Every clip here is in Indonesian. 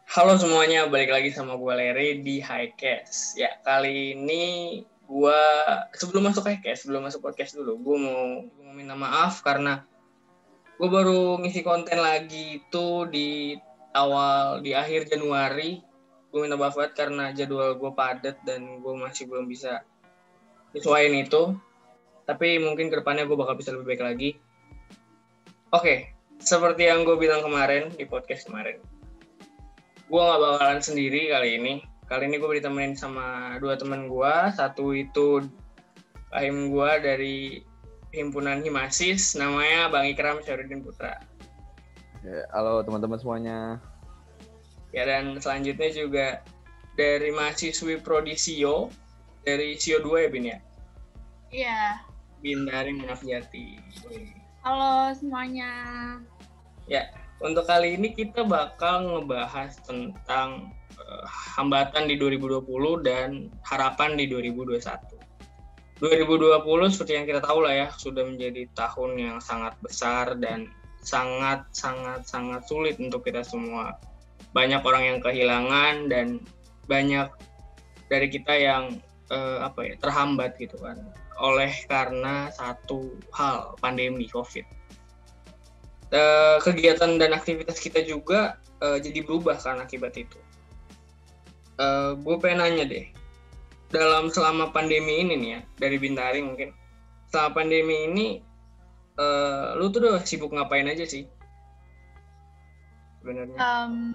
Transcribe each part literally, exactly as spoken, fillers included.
Halo semuanya, balik lagi sama gue Lery di Highcast. Ya, kali ini gue sebelum masuk Highcast, sebelum masuk podcast dulu, gue mau, mau minta maaf karena gue baru ngisi konten lagi itu di awal, di akhir Januari. Gue minta maaf banget karena jadwal gue padat dan gue masih belum bisa sesuaiin itu. Tapi mungkin kedepannya gue bakal bisa lebih baik lagi. Oke, seperti yang gue bilang kemarin di podcast kemarin. Gue gak bakalan sendiri kali ini. Kali ini gue ditemenin sama dua teman gue. Satu itu Kahim gue dari Himpunan Himasis, namanya Bang Ikram Syarudin Putra. Ya, halo teman-teman semuanya. Ya, dan selanjutnya juga dari mahasiswi Prodisio, dari Sio dua ya Bin ya? Iya. Bintari Munafjati. Halo semuanya. Ya, untuk kali ini kita bakal ngebahas tentang uh, hambatan di dua ribu dua puluh dan harapan di dua ribu dua puluh satu. dua ribu dua puluh seperti yang kita tahu lah ya, sudah menjadi tahun yang sangat besar dan sangat-sangat-sangat sulit untuk kita semua. Banyak orang yang kehilangan dan banyak dari kita yang uh, apa ya terhambat gitu kan, oleh karena satu hal, pandemi COVID. Uh, kegiatan dan aktivitas kita juga uh, jadi berubah kan akibat itu. Uh, gue pengen nanya deh, dalam selama pandemi ini nih ya, dari Bintari mungkin, selama pandemi ini, uh, lu tuh udah sibuk ngapain aja sih? Sebenarnya. Um,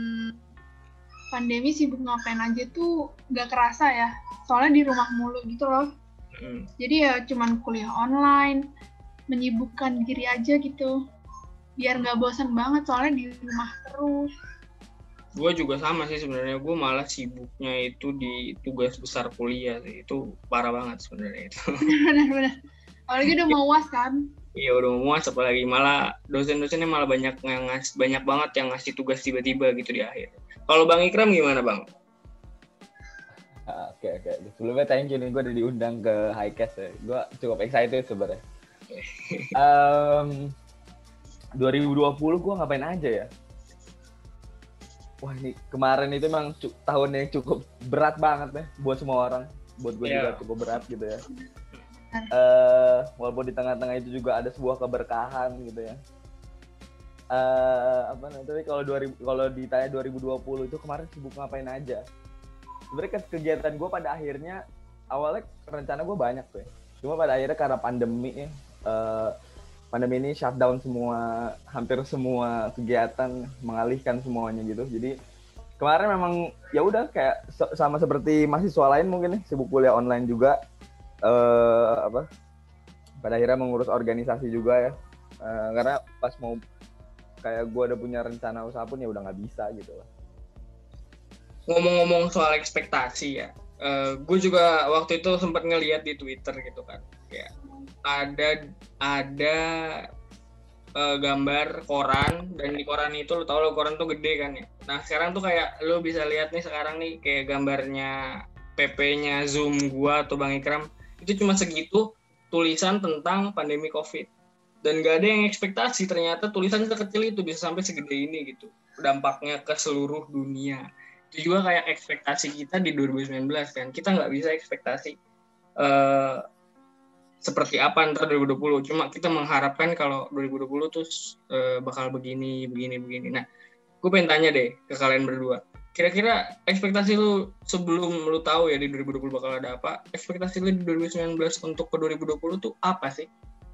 pandemi sibuk ngapain aja tuh gak kerasa ya, soalnya di rumah mulu gitu loh. Hmm. Jadi ya cuman kuliah online, menyibukkan diri aja gitu. Biar nggak bosan banget soalnya di rumah terus. Gue juga sama sih sebenarnya, gue malah sibuknya itu di tugas besar kuliah sih, itu parah banget sebenarnya itu. Benar-benar. Apalagi udah mau U A S kan? Iya udah mau U A S, apalagi malah dosen-dosennya malah banyak ngas, banyak banget yang ngasih tugas tiba-tiba gitu di akhir. Kalau Bang Ikram gimana Bang? Oke oke. Sebelumnya thank you nih, gue udah diundang ke Highcast ya. Gue cukup excited sebenarnya. um, dua ribu dua puluh gue ngapain aja ya? Wah ini kemarin itu emang cu- tahun yang cukup berat banget ya buat semua orang. Buat gue yeah. juga cukup berat gitu ya. Uh, walaupun di tengah-tengah itu juga ada sebuah keberkahan gitu ya. Uh, apa namanya? Tapi kalau dua ribu kalau ditanya dua ribu dua puluh itu kemarin sibuk ngapain aja? Sebenarnya kegiatan gue pada akhirnya awalnya rencana gue banyak tuh ya. Cuma pada akhirnya karena pandemi ya. Uh, Pandemi ini shutdown semua, hampir semua kegiatan, mengalihkan semuanya gitu. Jadi kemarin memang ya udah kayak sama seperti mahasiswa lain mungkin nih, sibuk kuliah online juga. Uh, apa? Pada akhirnya mengurus organisasi juga ya. Uh, karena pas mau kayak gue udah punya rencana usaha pun ya udah nggak bisa gitu lah. Ngomong-ngomong soal ekspektasi ya, uh, gue juga waktu itu sempat ngeliat di Twitter gitu kan, ya. ada ada uh, gambar koran, dan di koran itu lo tau lo koran tuh gede kan ya. Nah sekarang tuh kayak lo bisa lihat nih sekarang nih kayak gambarnya P P-nya Zoom gua atau Bang Ikram itu cuma segitu tulisan tentang pandemi COVID, dan gak ada yang ekspektasi ternyata tulisan sekecil itu bisa sampai segede ini gitu, dampaknya ke seluruh dunia. Itu juga kayak ekspektasi kita di dua ribu sembilan belas kan, kita nggak bisa ekspektasi uh, seperti apa ntar dua ribu dua puluh, cuma kita mengharapkan kalau dua ribu dua puluh tuh e, bakal begini, begini, begini. Nah, gue pengen tanya deh ke kalian berdua, kira-kira ekspektasi lu sebelum lu tahu ya di dua ribu dua puluh bakal ada apa, ekspektasi lu di dua ribu sembilan belas untuk ke dua ribu dua puluh tuh apa sih?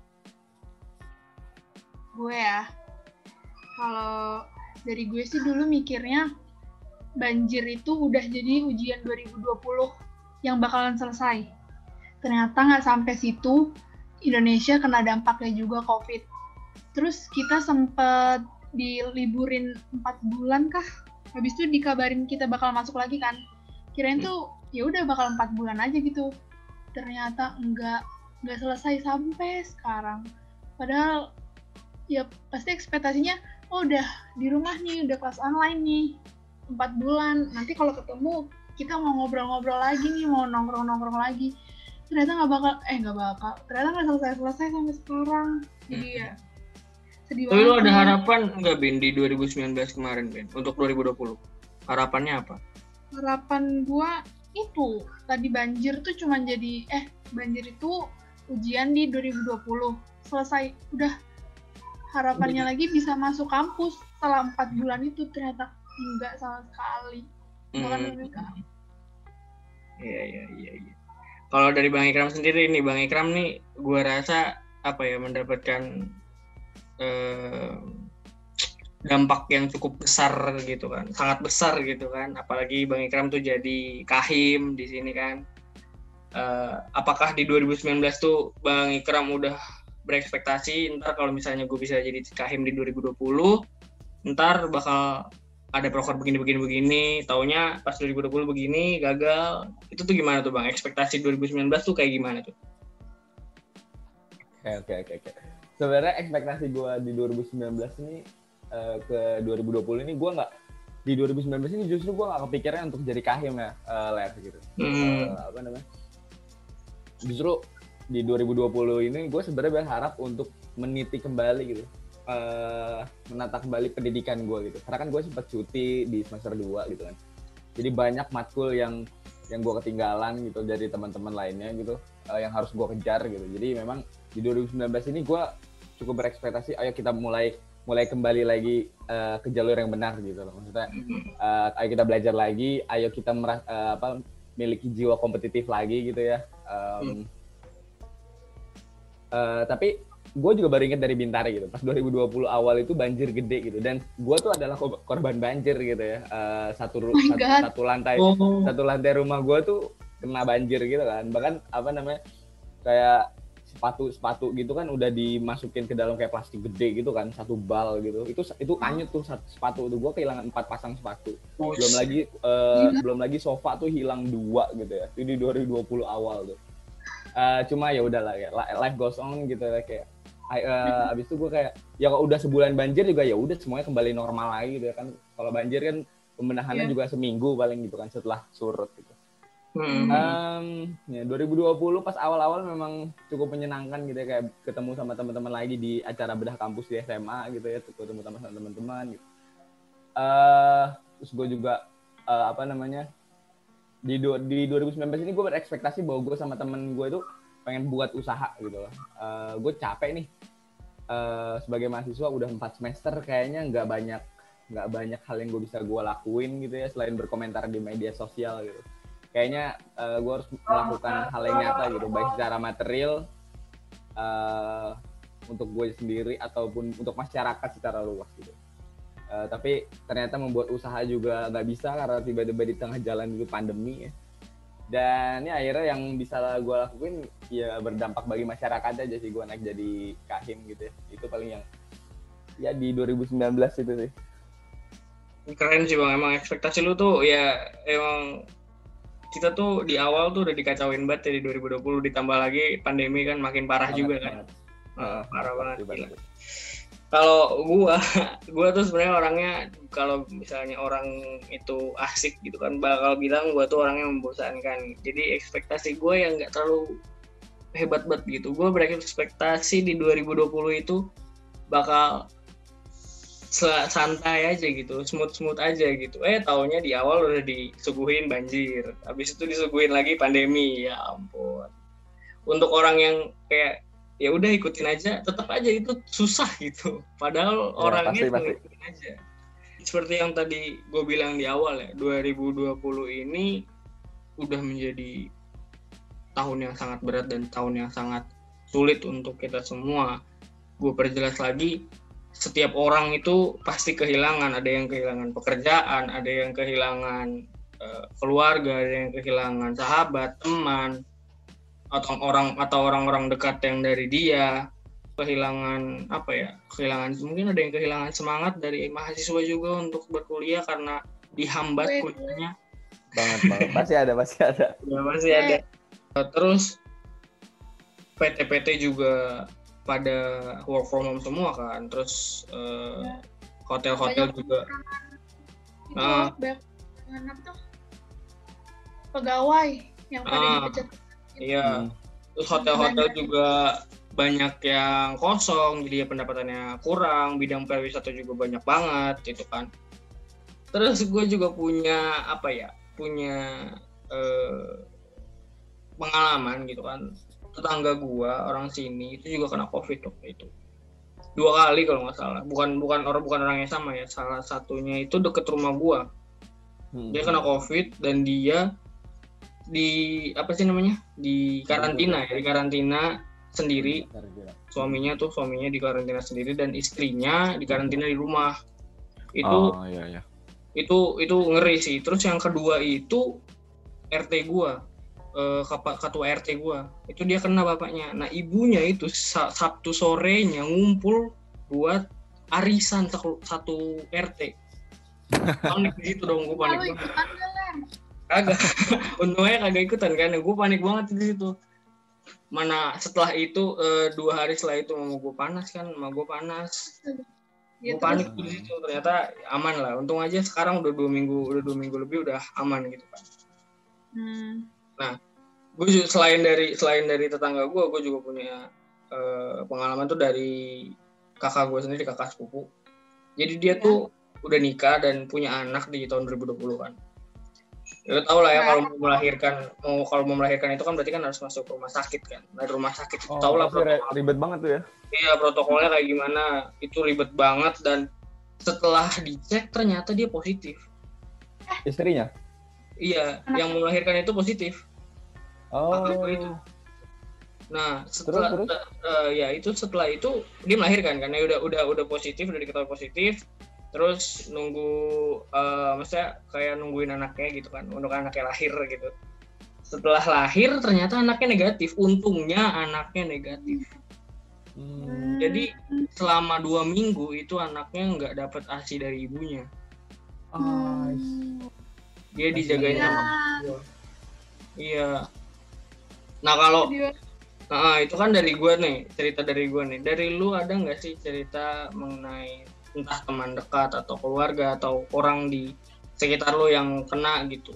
Gue ya, kalau dari gue sih dulu mikirnya banjir itu udah jadi ujian dua ribu dua puluh yang bakalan selesai. Ternyata nggak sampai situ, Indonesia kena dampaknya juga COVID. Terus kita sempet diliburin empat bulan kah? Habis itu dikabarin kita bakal masuk lagi kan? Kirain tuh ya udah bakal empat bulan aja gitu. Ternyata nggak nggak selesai sampai sekarang. Padahal ya pasti ekspektasinya, oh udah di rumah nih, udah kelas online nih, empat bulan. Nanti kalau ketemu kita mau ngobrol-ngobrol lagi nih, mau nongkrong-nongkrong lagi. Ternyata nggak bakal, eh nggak bakal, ternyata nggak selesai-selesai sampai sekarang. Jadi ya sedih banget. Tapi lo ada harapan nggak Ben di dua ribu sembilan belas kemarin Ben untuk dua ribu dua puluh? Harapannya apa? Harapan gua itu tadi banjir tuh cuma jadi eh banjir itu ujian di dua ribu dua puluh selesai, udah harapannya lagi bisa masuk kampus setelah empat bulan itu ternyata enggak sama sekali. Bahkan Hmm. enggak. Iya iya iya. iya. Kalau dari Bang Ikram sendiri nih, Bang Ikram nih, gua rasa apa ya mendapatkan eh, dampak yang cukup besar gitu kan, sangat besar gitu kan. Apalagi Bang Ikram tuh jadi kahim di sini kan. Eh, apakah di dua ribu sembilan belas tuh Bang Ikram udah berekspektasi ntar kalau misalnya gue bisa jadi kahim di dua ribu dua puluh, ntar bakal ada proker begini-begini-begini, taunya pas dua ribu dua puluh begini, gagal. Itu tuh gimana tuh Bang? Ekspektasi dua ribu sembilan belas tuh kayak gimana tuh? Oke oke oke oke. Sebenarnya ekspektasi gue di dua ribu sembilan belas ini uh, ke dua ribu dua puluh ini gue nggak, di dua ribu sembilan belas ini justru gue nggak kepikiran untuk jadi kahim ya, uh, Ler gitu. Hmm. Uh, apa namanya? Justru di dua ribu dua puluh ini gue sebenarnya berharap untuk meniti kembali gitu, uh, menata kembali pendidikan gue gitu. Karena kan gue sempat cuti di semester dua gitu kan. Jadi banyak matkul yang yang gue ketinggalan gitu dari teman-teman lainnya gitu, uh, yang harus gue kejar gitu. Jadi memang di dua ribu sembilan belas ini gue cukup berekspektasi, ayo kita mulai mulai kembali lagi uh, ke jalur yang benar gitu loh. Maksudnya uh, ayo kita belajar lagi, ayo kita meras- uh, apa miliki jiwa kompetitif lagi gitu ya. Um, hmm. uh, tapi gue juga baru ingat dari Bintare gitu, pas dua ribu dua puluh awal itu banjir gede gitu, dan gue tuh adalah korban banjir gitu ya. Uh, satu, oh satu satu lantai oh. satu lantai rumah gue tuh kena banjir gitu kan. Bahkan apa namanya kayak sepatu sepatu gitu kan udah dimasukin ke dalam kayak plastik gede gitu kan, satu bal gitu. Itu itu anyut tuh satu sepatu tuh, gue kehilangan empat pasang sepatu. Oh, belum lagi uh, belum lagi sofa tuh hilang dua gitu ya. Itu di dua ribu dua puluh awal tuh. Uh, cuma ya udahlah ya, life goes on gitu ya, kayak uh, abis itu gue kayak ya kalau udah sebulan banjir juga ya udah semuanya kembali normal lagi gitu ya kan. Kalau banjir kan pembenahannya yeah. juga seminggu paling gitu kan setelah surut gitu. Hmm. Um, ya dua ribu dua puluh pas awal-awal memang cukup menyenangkan gitu ya, kayak ketemu sama teman-teman lagi di acara bedah kampus di S M A gitu ya, ketemu sama teman-teman gitu. Uh, terus gue juga uh, apa namanya di do, di dua ribu sembilan belas ini gue berekspektasi bahwa gue sama temen gue itu pengen buat usaha gitu loh. Uh, gue capek nih uh, sebagai mahasiswa udah empat semester kayaknya nggak banyak nggak banyak hal yang gue bisa gue lakuin gitu ya selain berkomentar di media sosial gitu. Kayaknya uh, gue harus melakukan hal yang nyata gitu, baik secara material uh, untuk gue sendiri ataupun untuk masyarakat secara luas gitu. Uh, tapi ternyata membuat usaha juga nggak bisa karena tiba-tiba di tengah jalan itu pandemi ya. Dan ya akhirnya yang bisa gue lakuin ya berdampak bagi masyarakat aja sih, gue naik jadi kahim gitu ya. Itu paling yang ya di dua ribu sembilan belas itu sih. Keren sih Bang, emang ekspektasi lu tuh ya emang kita tuh di awal tuh udah dikacauin banget ya di dua ribu dua puluh, ditambah lagi pandemi kan makin parah banget, juga kan. Uh, parah banget. Gila. Kalau gua, gua tuh sebenarnya orangnya kalau misalnya orang itu asik gitu kan bakal bilang gua tuh orangnya membosankan. Jadi ekspektasi gua yang nggak terlalu hebat banget gitu. Gua berekspektasi di dua ribu dua puluh itu bakal santai aja gitu, smooth-smooth aja gitu. Eh taunya di awal udah disuguhin banjir, habis itu disuguhin lagi pandemi, ya ampun. Untuk orang yang kayak ya udah ikutin aja, tetap aja itu susah gitu. Padahal ya, orangnya pasti, pasti. Ikutin aja. Seperti yang tadi gue bilang di awal ya, dua ribu dua puluh ini udah menjadi tahun yang sangat berat dan tahun yang sangat sulit untuk kita semua. Gue perjelas lagi, setiap orang itu pasti kehilangan, ada yang kehilangan pekerjaan, ada yang kehilangan uh, keluarga, ada yang kehilangan sahabat, teman, atau orang atau orang-orang dekat yang dari dia, kehilangan apa ya, kehilangan mungkin ada yang kehilangan semangat dari mahasiswa juga untuk berkuliah karena dihambat kuliahnya. Banget banget, pasti ada, pasti ada. Ya pasti ada. Terus P T P T juga pada work from home semua kan, terus uh, ya. Hotel-hotel banyak juga itu uh, banyak apa tuh pegawai yang pada uh, dipecat iya hmm. Terus hotel-hotel banyak. Juga banyak yang kosong, jadi ya pendapatannya kurang, bidang pariwisata juga banyak banget gitu kan. terus gue juga punya apa ya punya eh, pengalaman gitu kan, tetangga gue orang sini itu juga kena covid waktu itu dua kali kalau nggak salah, bukan bukan orang bukan orang yang sama ya, salah satunya itu deket rumah gue. Hmm. Dia kena covid dan dia di apa sih namanya di karantina ya di karantina sendiri, suaminya tuh suaminya di karantina sendiri dan istrinya di karantina di rumah. Itu Oh iya iya. itu itu ngeri sih. Terus yang kedua itu R T gua, eh, ketua R T gua itu dia kena bapaknya. Nah ibunya itu Sabtu sorenya ngumpul buat arisan satu, satu R T. Panik di situ dong, gue panik Lalu banget. ikutan gak, Len? Kagak, untungnya kagak ikutan kan, gue panik banget di situ. Mana setelah itu eh, dua hari setelah itu mau gue panas kan, mau gue panas, Ya, gue panik di situ. Ternyata aman lah, untung aja sekarang udah dua minggu, udah dua minggu lebih udah aman gitu kan. Hmm. Nah, gue juga, selain dari selain dari tetangga gue, gue juga punya eh, pengalaman tuh dari kakak gue sendiri, kakak sepupu. Jadi dia Ya. tuh udah nikah dan punya anak di tahun dua ribu dua puluh kan. Ya tau lah ya, kalau mau melahirkan, mau kalau mau melahirkan itu kan berarti kan harus masuk rumah sakit kan. Nah di rumah sakit itu Oh, tau lah pasti re- protokol. ribet banget tuh ya. Iya protokolnya kayak gimana, itu ribet banget dan setelah dicek ternyata dia positif. Istrinya? Iya, yang mau melahirkan itu positif. Oh. Kakak gue itu. Nah setelah Terus, terus? uh, ya itu setelah itu dia melahirkan kan, ya udah udah udah positif, udah diketahui positif. Terus nunggu, uh, maksudnya kayak nungguin anaknya gitu kan, untuk anaknya lahir gitu. Setelah lahir ternyata anaknya negatif, untungnya anaknya negatif. Hmm. Jadi selama dua minggu itu anaknya nggak dapat A S I dari ibunya. Ah, Dia dijagain Ya. sama gua. Iya. Nah kalau, nah itu kan dari gue nih, cerita dari gue nih. Dari lu ada nggak sih cerita mengenai entah teman dekat atau keluarga atau orang di sekitar lu yang kena gitu,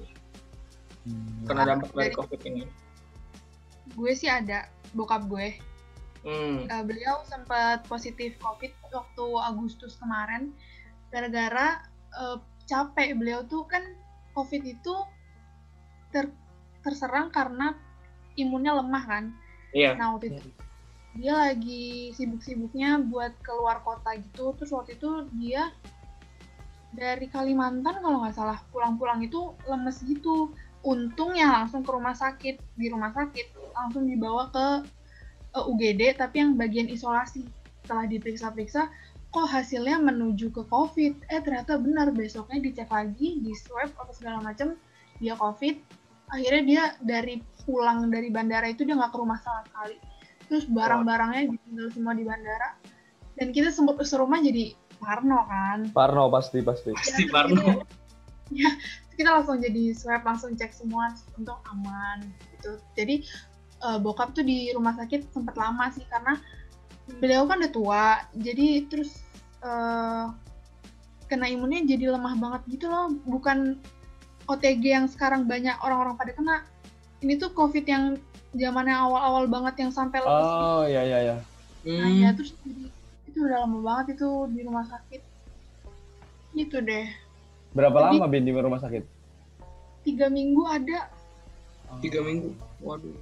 kena dampak dari COVID ini? Gue sih ada, bokap gue. Hmm. Uh, beliau sempat positif COVID waktu Agustus kemarin gara-gara uh, capek. Beliau tuh kan COVID itu ter- terserang karena imunnya lemah kan. Iya. Nah waktu itu dia lagi sibuk-sibuknya buat keluar kota gitu. Terus waktu itu dia dari Kalimantan kalau nggak salah pulang-pulang itu lemes gitu. Untungnya langsung ke rumah sakit. Di rumah sakit langsung dibawa ke uh, U G D tapi yang bagian isolasi. Setelah diperiksa-periksa kok hasilnya menuju ke COVID. Eh ternyata benar, besoknya dicek lagi, di swab atau segala macam dia COVID. Akhirnya dia dari pulang dari bandara itu dia nggak ke rumah sama sekali. Terus barang-barangnya ditinggal semua di bandara. Dan kita sempat usir rumah jadi parno kan. Parno pasti pasti. Pasti Ya, parno. Kita, ya, kita langsung jadi swab, langsung cek semua untuk aman gitu. Jadi uh, bokap tuh di rumah sakit sempat lama sih karena beliau kan udah tua. Jadi terus uh, kena imunnya jadi lemah banget gitu loh. Bukan O T G yang sekarang banyak orang-orang pada kena. Ini tuh COVID yang zamannya awal-awal banget yang sampai lemes. Oh iya iya iya. Nah Hmm. ya terus jadi, itu udah lama banget itu di rumah sakit. Gitu deh. Berapa Jadi- lama Bin di rumah sakit? Tiga minggu ada. Tiga minggu. Waduh.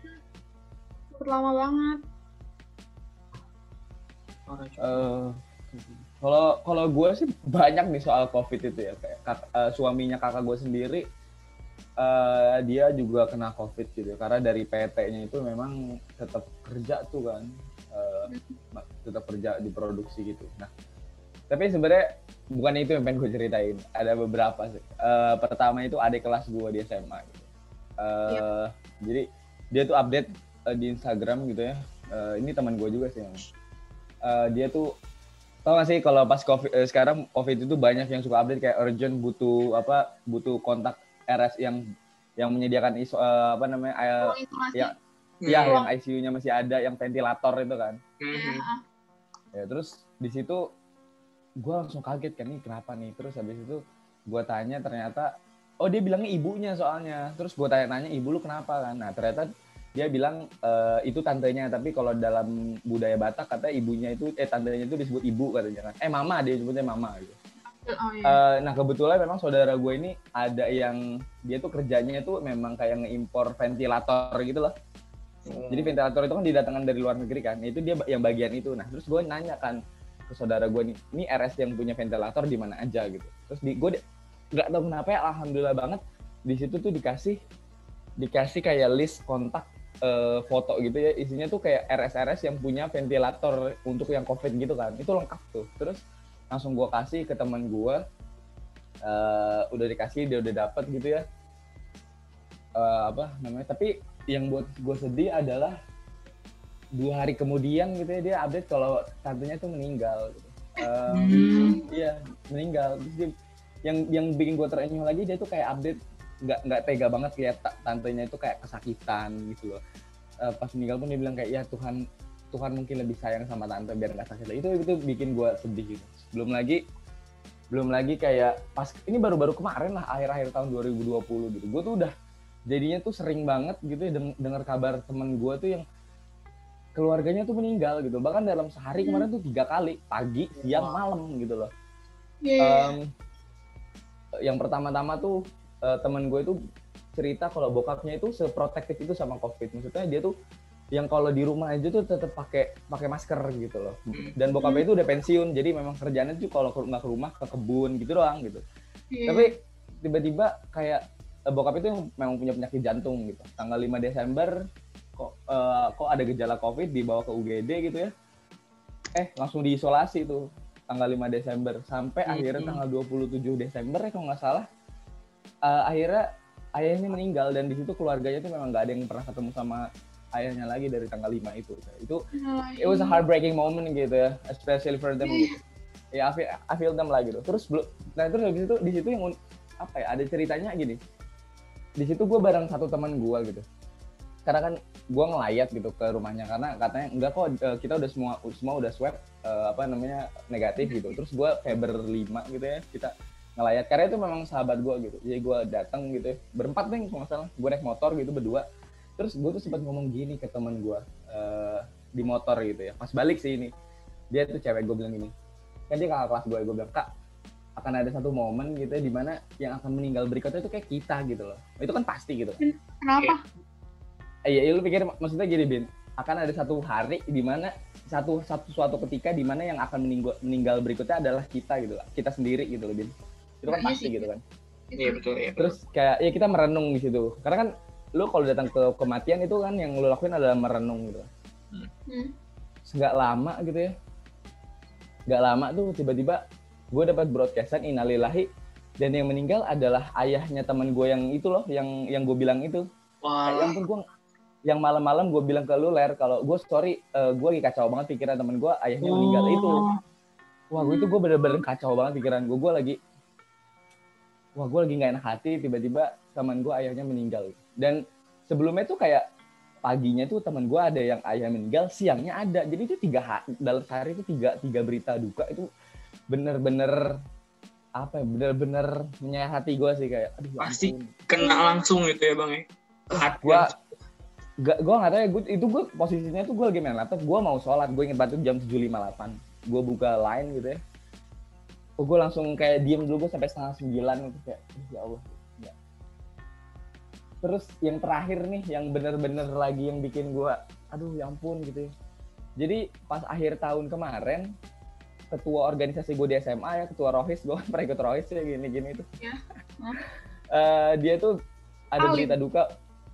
Cepet lama banget. Parah juga. Eh, Kalau kalau gue sih banyak nih soal COVID itu ya. Kayak kak- eh, suaminya kakak gue sendiri, eh, dia juga kena COVID gitu. Karena dari P T-nya itu memang tetap kerja tuh kan, eh, tetap kerja di produksi gitu. Nah, tapi sebenarnya bukan itu yang pengen gue ceritain. Ada beberapa sih. Eh, pertama itu adik kelas gue di S M A. Gitu. Eh, Jadi dia tuh update eh, di Instagram gitu ya. Eh, ini teman gue juga sih. Eh, dia tuh tau gak sih kalau pas COVID eh, sekarang COVID itu banyak yang suka update kayak urgent butuh apa butuh kontak R S yang yang menyediakan iso, eh, apa namanya eh, Ruang isolasi. ya Hmm. ya yang I C U-nya masih ada, yang ventilator itu kan. Hmm. Ya, Ya terus di situ gue langsung kaget kan, nih kenapa nih. Terus habis itu gue tanya, ternyata oh dia bilangnya ibunya soalnya. Terus gue tanya-tanya, ibu lu kenapa kan? Nah ternyata dia bilang e, itu tantenya, tapi kalau dalam budaya Batak katanya ibunya itu eh tantenya itu disebut ibu katanya kan. Eh mama, dia sebutnya mama gitu. Oh iya. Uh, nah kebetulan memang saudara gue ini ada yang dia tuh kerjanya tuh memang kayak ngeimpor ventilator gitu loh. Hmm. Jadi ventilator itu kan didatangkan dari luar negeri kan. Itu dia yang bagian itu. Nah terus gue nanya kan ke saudara gue nih, ini R S yang punya ventilator di mana aja gitu. Terus di, gue nggak tahu kenapa ya, alhamdulillah banget di situ tuh dikasih dikasih kayak list kontak uh, foto gitu ya. Isinya tuh kayak R S R S yang punya ventilator untuk yang COVID gitu kan. Itu lengkap tuh. Terus langsung gue kasih ke teman gue, uh, udah dikasih, dia udah dapet gitu ya, uh, apa namanya, tapi yang buat gue sedih adalah dua hari kemudian gitu ya, dia update kalau tantenya tuh meninggal gitu. Um, hmm. Iya, meninggal. Terus dia, yang yang bikin gue terenyuh lagi, dia tuh kayak update nggak nggak tega banget, kayak tantenya itu kayak kesakitan gitu loh. Uh, pas meninggal pun dia bilang kayak, ya Tuhan Tuhan mungkin lebih sayang sama tante biar nggak sakit. Itu itu bikin gue sedih gitu. Belum lagi, belum lagi kayak pas ini baru-baru kemarin lah, akhir-akhir tahun dua ribu dua puluh gitu. Gue tuh udah jadinya tuh sering banget gitu ya dengar kabar temen gue tuh yang keluarganya tuh meninggal gitu. Bahkan dalam sehari kemarin tuh tiga kali, pagi, siang, malam gitu loh. Yeah. Um, yang pertama-tama tuh uh, temen gue itu cerita kalau bokapnya itu seprotektif itu sama COVID. Maksudnya dia tuh yang kalau di rumah aja tuh tetap pakai pakai masker gitu loh. Dan bokapnya itu udah pensiun, jadi memang kerjaannya tuh kalau nggak ke rumah ke kebun gitu doang gitu. Yeah. Tapi tiba-tiba kayak bokap itu memang punya penyakit jantung gitu. Tanggal lima Desember kok uh, kok ada gejala COVID, dibawa ke U G D gitu ya. Eh langsung diisolasi tuh tanggal lima Desember sampai mm-hmm. akhirnya tanggal dua puluh tujuh Desember ya kalau nggak salah. Uh, akhirnya ayahnya meninggal dan di situ keluarganya tuh memang nggak ada yang pernah ketemu sama ayahnya lagi dari tanggal lima itu. Itu oh, it was a heartbreaking moment gitu ya, especially for them gitu. Ya, I feel, I feel them lah gitu. Terus nah terus habis itu di situ yang apa ya, ada ceritanya gini. Di situ gue bareng satu teman gue gitu. Karena kan gue ngelayat gitu ke rumahnya karena katanya enggak kok kita udah semua semua udah swab uh, apa namanya negatif gitu. Terus gue Feber lima gitu ya, kita ngelayat karena itu memang sahabat gue gitu. Jadi gue datang gitu ya, berempat nih kalau nggak salah. Gue naik motor gitu berdua. Terus gue tuh sempat ngomong gini ke teman gue uh, di motor gitu ya. Pas balik sih ini, dia tuh cewek, gue bilang gini. Kan dia kakak kelas gue, gue bilang, Kak, akan ada satu momen gitu ya dimana yang akan meninggal berikutnya itu kayak kita gitu loh. Itu kan pasti gitu. Kenapa? Eh ya lu pikir maksudnya gini Bin, akan ada satu hari dimana satu satu suatu ketika dimana yang akan meninggal meninggal berikutnya adalah kita gitu lah, kita sendiri gitu loh Bin. Itu kan nah, pasti iya gitu kan. Iya betul ya. Terus kayak ya kita merenung di situ. Karena kan lu kalau datang ke kematian itu kan yang lu lakuin adalah merenung gitu. Hmm. Nggak lama gitu ya. Nggak lama tuh tiba-tiba gue dapat broadcastan innalillahi dan yang meninggal adalah ayahnya teman gue yang itu loh, yang yang gue bilang itu. Wah. Wow. Yang pun gue yang malam-malam gue bilang ke lu Ler kalau gue sorry uh, gue lagi kacau banget pikiran temen gue ayahnya oh. meninggal itu. Wah gue itu gue bener-bener kacau banget pikiran gue. Gue lagi wah gue lagi nggak enak hati tiba-tiba teman gue ayahnya meninggal. Dan sebelumnya tuh kayak paginya tuh teman gue ada yang ayah meninggal, siangnya ada. Jadi itu tiga hari, dalam sehari itu tiga tiga berita duka itu bener-bener apa ya, bener-bener menyayat hati gue sih kayak. Aduh, pasti ampun. Kena langsung gitu ya bang ya. Gue gak, gue nggak tahu ya. Gue itu gue posisinya tuh gue lagi main laptop, gue mau sholat, gue inget banget jam tujuh lima puluh delapan. Gue buka line gitu ya. Oh, gue langsung kayak diem dulu gue sampai setengah sembilan gitu kayak, ya Allah. Ya. Terus yang terakhir nih, yang bener-bener lagi yang bikin gue, aduh ya ampun gitu ya. Jadi pas akhir tahun kemarin, ketua organisasi gue di S M A ya, ketua Rohis, gue kan pernah ikut Rohis ya gini-gini itu. Ya. uh, dia tuh ada berita duka.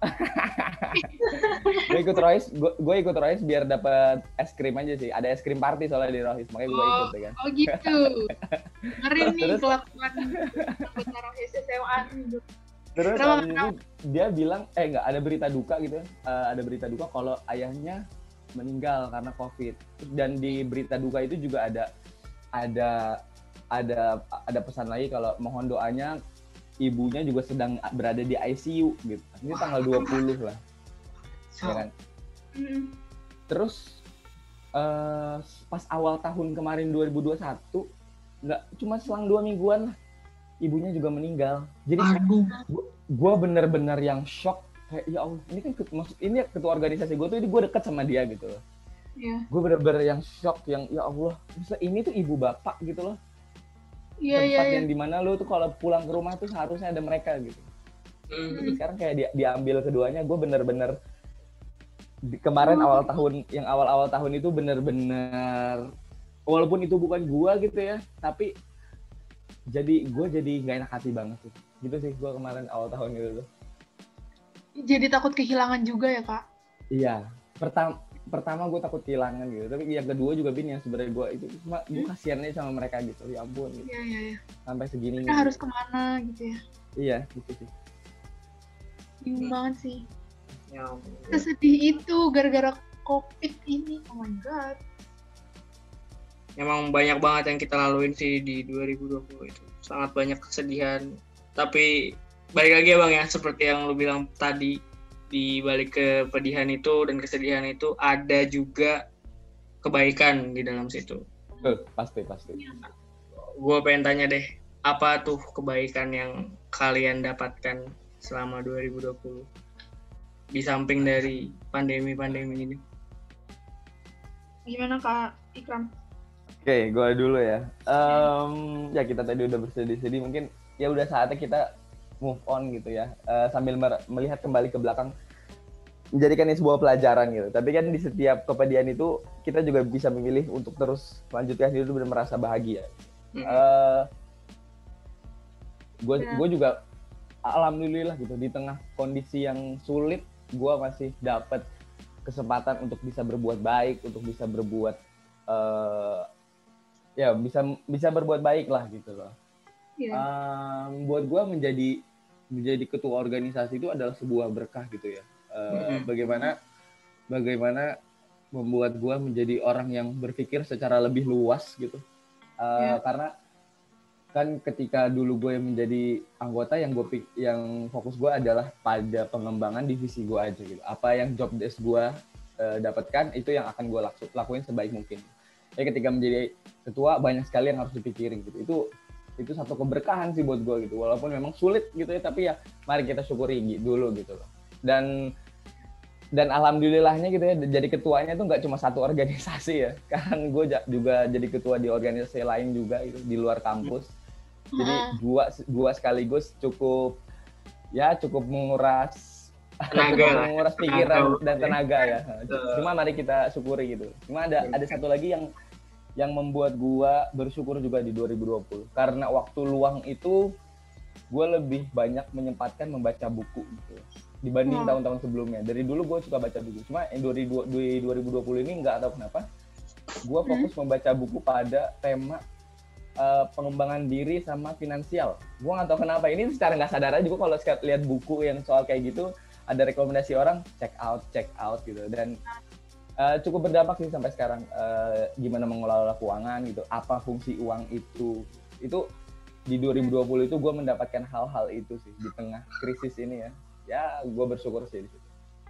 gue ikut Rohis, gue, gue ikut Rohis biar dapat es krim aja sih. Ada es krim party soalnya di Rohis, makanya gue oh, ikut ya kan. Oh gitu. Ngeri nih kelakuan anggota Rohis S M A. Terus habis itu dia bilang, eh nggak ada berita duka gitu, uh, ada berita duka kalau ayahnya meninggal karena COVID. Dan di berita duka itu juga ada ada ada ada pesan lagi kalau mohon doanya ibunya juga sedang berada di I C U gitu. Ini tanggal dua puluh lah. Ya kan? Terus uh, pas awal tahun kemarin dua ribu dua puluh satu nggak cuma selang dua mingguan lah. Ibunya juga meninggal. Jadi gue bener-bener yang shock kayak ya Allah, ini kan maksud ini ketua organisasi gue tuh, ini gue deket sama dia gitu loh. Yeah. Gue bener-bener yang shock yang ya Allah, misalnya ini tuh ibu bapak gitu loh. Iya, iya, tempat iya. yang dimana lu tuh kalau pulang ke rumah tuh seharusnya ada mereka gitu. Hmm. Tapi sekarang kayak di, diambil keduanya, gue bener-bener di, kemarin awal tahun, yang awal-awal tahun itu bener-bener, walaupun itu bukan gue gitu ya, tapi jadi gue jadi nggak enak hati banget sih. Gitu sih gue kemarin awal tahun itu tuh. Jadi takut kehilangan juga ya, Kak? Iya, pertama pertama gue takut kehilangan gitu, tapi yang kedua juga Bin, yang sebenarnya gue itu cuma gue kasihannya sama mereka gitu, ya ampun gitu. Iya, iya, iya. Sampai segini Kita harus kemana gitu ya? Iya gitu sih. Bingung banget sih. Ya, Sesedih itu gara-gara COVID ini, oh my god. emang banyak banget yang kita laluin sih di dua ribu dua puluh itu. Sangat banyak kesedihan. Tapi balik lagi ya Bang ya, seperti yang lu bilang tadi, di balik kepedihan itu dan kesedihan itu ada juga kebaikan di dalam situ. Uh, pasti pasti. Gue pengen tanya deh, apa tuh kebaikan yang kalian dapatkan selama dua ribu dua puluh? Di samping dari pandemi-pandemi ini. Gimana Kak Ikram? Oke, okay, gue dulu ya. Um, ya kita tadi udah bersedih-sedih, mungkin ya udah saatnya kita move on gitu ya. Uh, sambil mer- melihat kembali ke belakang, menjadikan ini sebuah pelajaran gitu. Tapi kan di setiap kepedihan itu kita juga bisa memilih untuk terus melanjutkan hidup dan merasa bahagia. Mm-hmm. Uh, gue gue juga alhamdulillah gitu, di tengah kondisi yang sulit, gue masih dapat kesempatan untuk bisa berbuat baik, untuk bisa berbuat uh, ya bisa bisa berbuat baik lah gitu loh. Yeah. Um, buat gue menjadi menjadi ketua organisasi itu adalah sebuah berkah gitu ya. Uh, mm-hmm. Bagaimana bagaimana membuat gue menjadi orang yang berpikir secara lebih luas gitu. Uh, yeah. Karena kan ketika dulu gue menjadi anggota, yang gue yang fokus gue adalah pada pengembangan divisi gue aja gitu. Apa yang job desk gue uh, dapatkan itu yang akan gue laku, lakuin sebaik mungkin. Ya ketika menjadi ketua banyak sekali yang harus dipikirin gitu. Itu itu satu keberkahan sih buat gue gitu. Walaupun memang sulit gitu ya, tapi ya mari kita syukuri dulu gitu loh. Dan dan alhamdulillahnya gitu ya, jadi ketuanya itu nggak cuma satu organisasi ya. Kan gue juga jadi ketua di organisasi lain juga gitu, di luar kampus. Jadi dua dua sekaligus cukup ya cukup menguras tenaga, menguras pikiran tenaga, dan tenaga ya. Cuma mari kita syukuri gitu. Cuma ada ada satu lagi yang yang membuat gua bersyukur juga di dua ribu dua puluh. Karena waktu luang itu gua lebih banyak menyempatkan membaca buku gitu dibanding hmm. tahun-tahun sebelumnya. Dari dulu gua suka baca buku. Cuma di dua ribu dua puluh ini nggak tahu kenapa gua fokus hmm. membaca buku pada tema Uh, pengembangan diri sama finansial. Gue nggak tahu kenapa, ini secara nggak sadar aja juga kalau lihat buku yang soal kayak gitu, ada rekomendasi orang check out, check out gitu, dan uh, cukup berdampak sih sampai sekarang. Uh, gimana mengelola keuangan gitu, apa fungsi uang itu, itu di dua ribu dua puluh itu gue mendapatkan hal-hal itu sih di tengah krisis ini ya. Ya gue bersyukur sih di situ.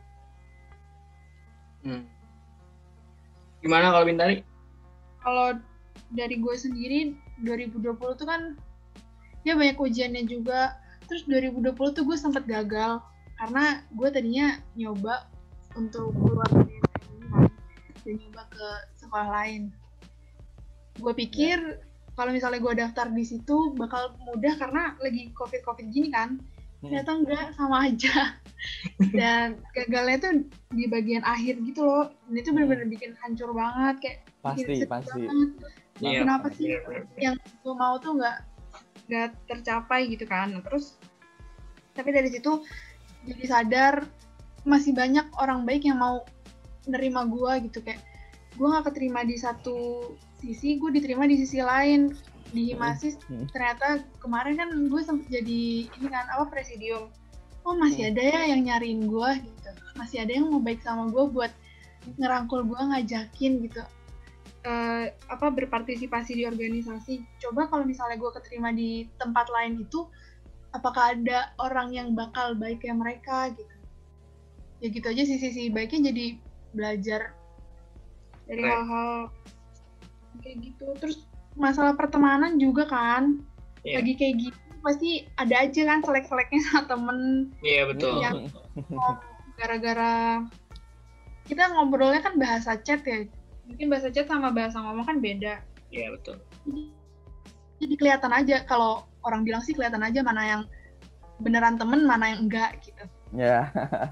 Hmm. Gimana kalau Bintari? Kalau dari gue sendiri dua ribu dua puluh tuh kan ya banyak ujiannya juga. Terus dua ribu dua puluh tuh gue sempat gagal karena gue tadinya nyoba untuk keluar dari S M P kan dan nyoba ke sekolah lain. Gue pikir ya, kalau misalnya gue daftar di situ bakal mudah karena lagi covid-covid gini kan. Ternyata enggak, sama aja. Dan gagalnya tuh di bagian akhir gitu loh. Dan itu benar-benar bikin hancur banget, kayak pasti bikin pasti banget. Yeah, kenapa yeah, sih yeah. yang gue mau tuh nggak nggak tercapai gitu kan. Nah, terus tapi dari situ jadi sadar masih banyak orang baik yang mau nerima gue gitu, kayak gue nggak keterima di satu sisi, gue diterima di sisi lain di Himasis. Hmm. Ternyata kemarin kan gue sempet jadi ini kan apa presidium, oh masih ada ya yang nyariin gue gitu, masih ada yang mau baik sama gue buat ngerangkul gue, ngajakin gitu. Uh, apa berpartisipasi di organisasi. Coba kalau misalnya gue keterima di tempat lain itu, apakah ada orang yang bakal baik kayak mereka gitu. Ya gitu aja sih, sisi baiknya jadi belajar dari right. hal-hal kayak gitu. Terus masalah pertemanan juga kan, yeah. lagi kayak gitu pasti ada aja kan selek-seleknya sama temen. Iya yeah, betul. Yang oh, gara-gara kita ngobrolnya kan bahasa chat ya. Mungkin bahasa chat sama bahasa ngomong kan beda. Iya, betul. jadi kelihatan aja, kalau orang bilang sih kelihatan aja mana yang beneran temen, mana yang enggak gitu. Ya.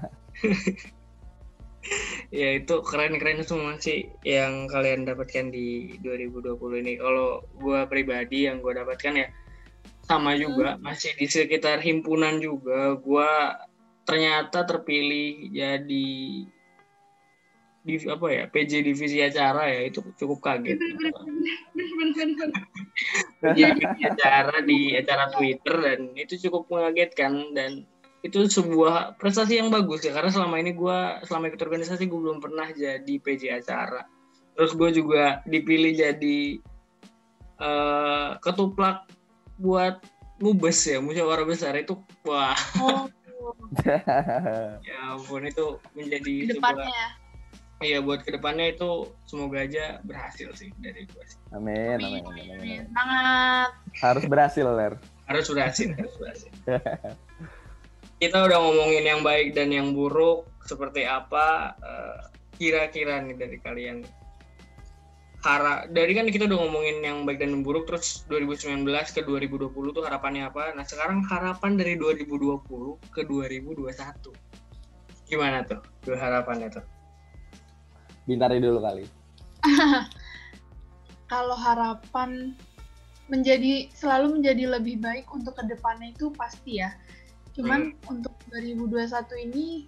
Ya itu keren-keren semua sih yang kalian dapatkan di dua ribu dua puluh ini. Kalau gue pribadi yang gue dapatkan ya sama juga, hmm. masih di sekitar himpunan juga. Gue ternyata terpilih jadi di apa ya P J divisi acara ya, itu cukup kaget. Divisi acara di acara Twitter, dan itu cukup mengagetkan, dan itu sebuah prestasi yang bagus ya, karena selama ini gue selama ikut organisasi gue belum pernah jadi P J acara. Terus gue juga dipilih jadi uh, ketuplak buat mubes ya, musyawarah besar itu, wah. Oh. Ya ampun, itu menjadi kedepannya. Sebuah, iya buat kedepannya itu semoga aja berhasil sih dari gue. Amin, amin, amin, amin, amin. Sangat. Harus berhasil, Ler. Harus berhasil, harus berhasil. Kita udah ngomongin yang baik dan yang buruk, seperti apa uh, kira-kira nih dari kalian. Hara, dari kan kita udah ngomongin yang baik dan yang buruk, terus dua ribu sembilan belas ke dua ribu dua puluh tuh harapannya apa? Nah sekarang harapan dari dua ribu dua puluh ke dua ribu dua puluh satu. Gimana tuh? Tuh harapannya tuh? Bintari dulu kali. Kalau harapan menjadi selalu menjadi lebih baik untuk kedepannya itu pasti ya. Cuman hmm. untuk dua ribu dua puluh satu ini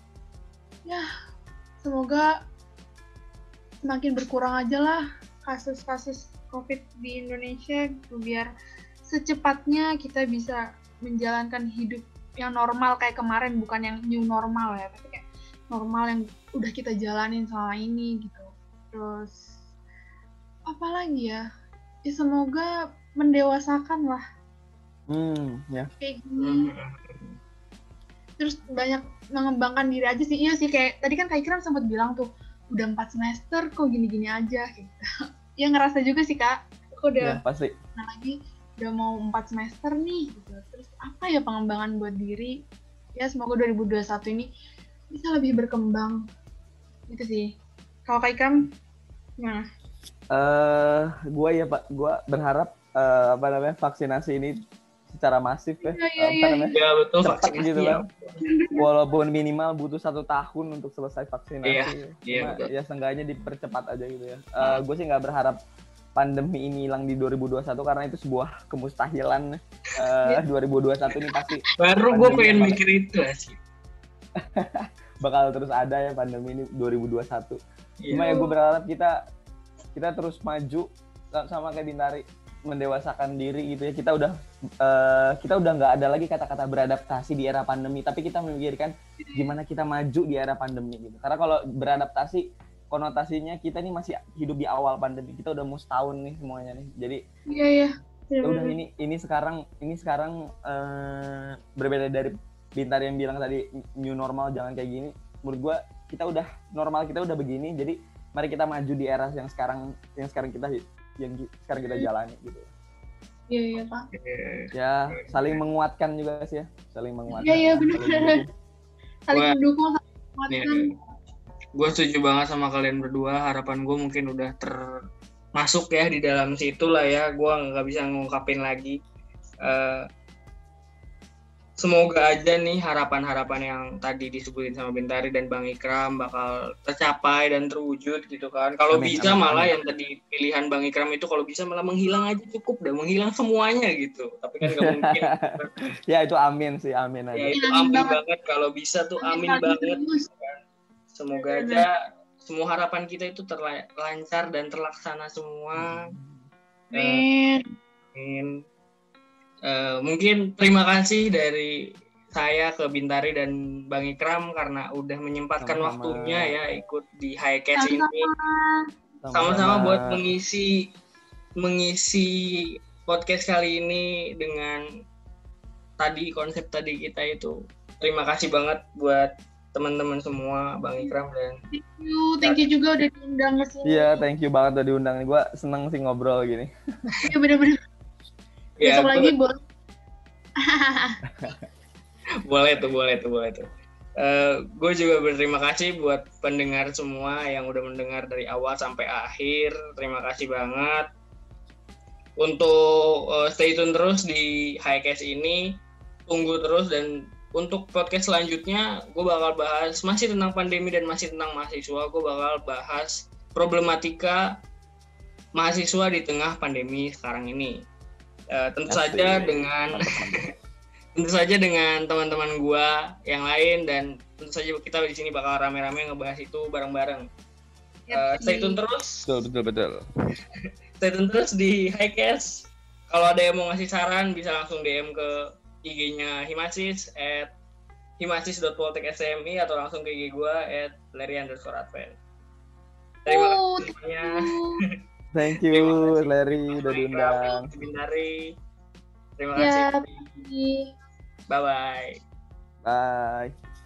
ya semoga semakin berkurang aja lah kasus-kasus COVID di Indonesia gitu, biar secepatnya kita bisa menjalankan hidup yang normal kayak kemarin, bukan yang new normal ya, tapi kayak normal yang udah kita jalanin selama ini gitu. Terus apa lagi ya? Ya semoga mendewasakan lah. Hmm, ya. Kayak gini. Terus banyak mengembangkan diri aja sih. Iya sih, kayak tadi kan Kak Ikram sempat bilang tuh, udah empat semester kok gini-gini aja gitu. Ya ngerasa juga sih Kak, aku udah ya, pasti. Nah lagi udah mau empat semester nih gitu. Terus apa ya pengembangan buat diri? Ya semoga dua ribu dua puluh satu ini bisa lebih berkembang. Gitu sih. Kalau Kak Ikram gimana? Eh, uh, gue ya Pak, gue berharap uh, apa namanya vaksinasi ini secara masif ya, ya, ya, apa namanya? Ya, betul, cepat gitu kan. Walaupun minimal butuh satu tahun untuk selesai vaksinasi, iya, cuma iya, ya seenggaknya dipercepat aja gitu ya. Uh, gue sih nggak berharap pandemi ini hilang di dua ribu dua puluh satu karena itu sebuah kemustahilan. Uh, dua ribu dua puluh satu ini pasti. Baru gue pengen mikir itu sih. Bakal terus ada ya pandemi ini dua ribu dua puluh satu. Iya. Cuma ya gue berharap kita kita terus maju sama kayak Bintari, mendewasakan diri gitu ya. Kita udah uh, kita udah nggak ada lagi kata-kata beradaptasi di era pandemi, tapi kita memikirkan gimana kita maju di era pandemi gitu. Karena kalau beradaptasi konotasinya kita nih masih hidup di awal pandemi, kita udah mau setahun nih semuanya nih. Jadi iya iya. Ya udah ini ini sekarang ini sekarang uh, berbeda dari Bintari yang bilang tadi new normal jangan kayak gini. Menurut gua kita udah normal, kita udah begini. Jadi mari kita maju di era yang sekarang yang sekarang kita yang sekarang kita jalani gitu. Iya iya Pak. Ya saling menguatkan juga sih ya, saling menguatkan. Iya iya benar. Saling mendukung, saling menguatkan. Gue setuju banget sama kalian berdua. Harapan gue mungkin udah termasuk ya di dalam situ lah ya. Gue nggak bisa ngungkapin lagi. Uh, Semoga aja nih harapan-harapan yang tadi disebutin sama Bintari dan Bang Ikram bakal tercapai dan terwujud gitu kan. Kalau bisa amin, malah amin. Yang tadi pilihan Bang Ikram itu kalau bisa malah menghilang aja cukup, dan menghilang semuanya gitu. Tapi kan nggak mungkin. Ya itu amin sih, amin aja. Ya itu amin, amin banget kalau bisa tuh amin, amin banget. Gitu kan. Semoga aja semua harapan kita itu terlancar dan terlaksana semua. Amin. Uh, amin. Uh, mungkin terima kasih dari saya ke Bintari dan Bang Ikram karena udah menyempatkan sama-sama waktunya ya ikut di Highcast ini. Sama-sama buat mengisi mengisi podcast kali ini dengan tadi konsep tadi kita itu. Terima kasih banget buat teman-teman semua, Bang Ikram dan thank you, thank you juga udah diundang ke sini. Iya, thank you banget udah diundang. Gue seneng sih ngobrol gini. Iya bener-bener. Ya, besok lagi boleh. boleh tuh, boleh tuh, boleh tuh. Uh, gue juga berterima kasih buat pendengar semua yang udah mendengar dari awal sampai akhir. Terima kasih banget. untuk uh, stay tune terus di Highcast ini, tunggu terus, dan untuk podcast selanjutnya gue bakal bahas masih tentang pandemi dan masih tentang mahasiswa. Gue bakal bahas problematika mahasiswa di tengah pandemi sekarang ini. Uh, tentu Asli. saja dengan tentu saja dengan teman-teman gue yang lain, dan tentu saja kita di sini bakal rame-rame ngebahas itu bareng-bareng. Uh, stay tune terus. Betul betul betul. Stay tune terus di Highcast. Kalau ada yang mau ngasih saran bisa langsung D M ke I G-nya Himasis at himasis dot poltek s m i atau langsung ke I G gue at larry underscore advent. Terima oh, kasih semuanya. Thank you Larry udah diundang. Bintari. Terima ya, kasih. Bye-bye. Bye.